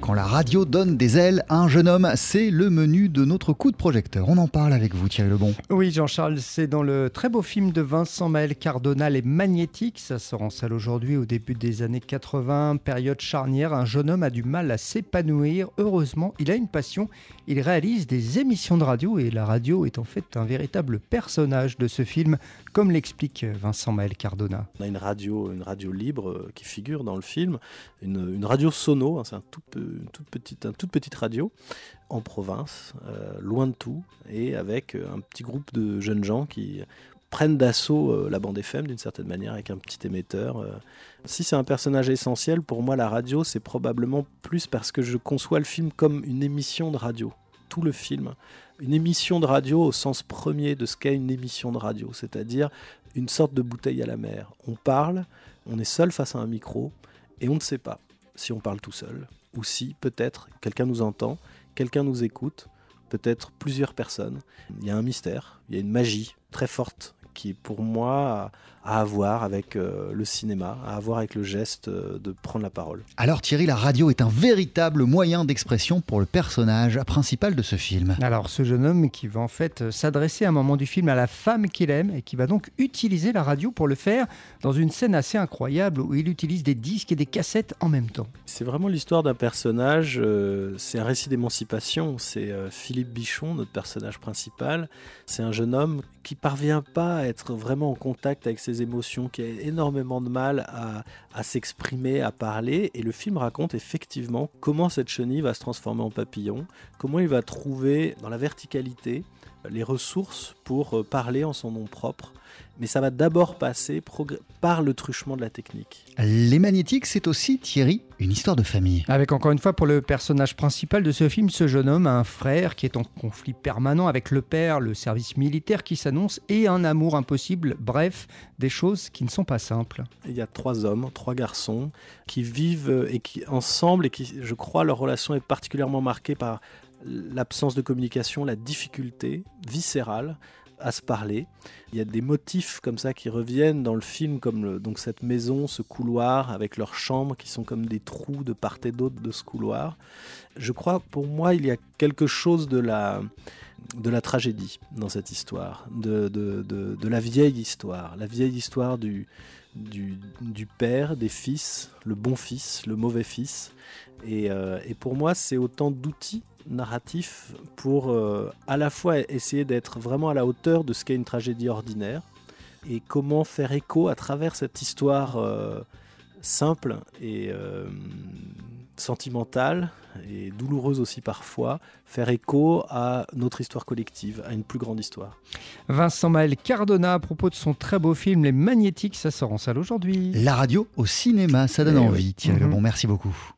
Quand la radio donne des ailes à un jeune homme, c'est le menu de notre coup de projecteur. On en parle avec vous, Thierry Lebon. Oui, Jean-Charles, c'est dans le très beau film de Vincent Maël Cardona, Les Magnétiques. Ça sort en salle aujourd'hui, au début des années 80, période charnière. Un jeune homme a du mal à s'épanouir. Heureusement, il a une passion. Il réalise des émissions de radio et la radio est en fait un véritable personnage de ce film, comme l'explique Vincent Maël Cardona. On a une radio libre qui figure dans le film, une radio sono, c'est une toute petite radio en province, loin de tout, et avec un petit groupe de jeunes gens qui prennent d'assaut la bande FM d'une certaine manière avec un petit émetteur. Si c'est un personnage essentiel, pour moi la radio c'est probablement plus parce que je conçois le film comme une émission de radio. Tout le film, une émission de radio au sens premier de ce qu'est une émission de radio, c'est-à-dire une sorte de bouteille à la mer. On parle, on est seul face à un micro et on ne sait pas si on parle tout seul ou si peut-être quelqu'un nous entend, quelqu'un nous écoute, peut-être plusieurs personnes. Il y a un mystère, il y a une magie très forte qui est pour moi à avoir avec le cinéma, à avoir avec le geste de prendre la parole. Alors Thierry, la radio est un véritable moyen d'expression pour le personnage principal de ce film. Alors ce jeune homme qui va en fait s'adresser à un moment du film à la femme qu'il aime et qui va donc utiliser la radio pour le faire dans une scène assez incroyable où il utilise des disques et des cassettes en même temps. C'est vraiment l'histoire d'un personnage, c'est un récit d'émancipation, c'est Philippe Bichon, notre personnage principal. C'est un jeune homme qui parvient pas à être vraiment en contact avec ses émotions, qui a énormément de mal à s'exprimer, à parler, et le film raconte effectivement comment cette chenille va se transformer en papillon, comment il va trouver dans la verticalité les ressources pour parler en son nom propre. Mais ça va d'abord passer par le truchement de la technique. Les Magnétiques, c'est aussi, Thierry, une histoire de famille. Avec encore une fois pour le personnage principal de ce film, ce jeune homme a un frère qui est en conflit permanent avec le père, le service militaire qui s'annonce et un amour impossible. Bref, des choses qui ne sont pas simples. Il y a 3 hommes, 3 garçons qui vivent ensemble et qui, je crois, leur relation est particulièrement marquée par l'absence de communication, la difficulté viscérale à se parler. Il y a des motifs comme ça qui reviennent dans le film, comme donc cette maison, ce couloir avec leurs chambres qui sont comme des trous de part et d'autre de ce couloir. Je crois, pour moi, il y a quelque chose de la tragédie dans cette histoire, de la vieille histoire du père, des fils, le bon fils, le mauvais fils. Et pour moi, c'est autant d'outils narratifs pour à la fois essayer d'être vraiment à la hauteur de ce qu'est une tragédie ordinaire et comment faire écho à travers cette histoire simple et sentimentale et douloureuse aussi parfois, faire écho à notre histoire collective, à une plus grande histoire. Vincent Maël Cardona à propos de son très beau film Les Magnétiques, ça sort en salle aujourd'hui. La radio au cinéma, ça donne envie. Oui. Thierry Lebon, merci beaucoup.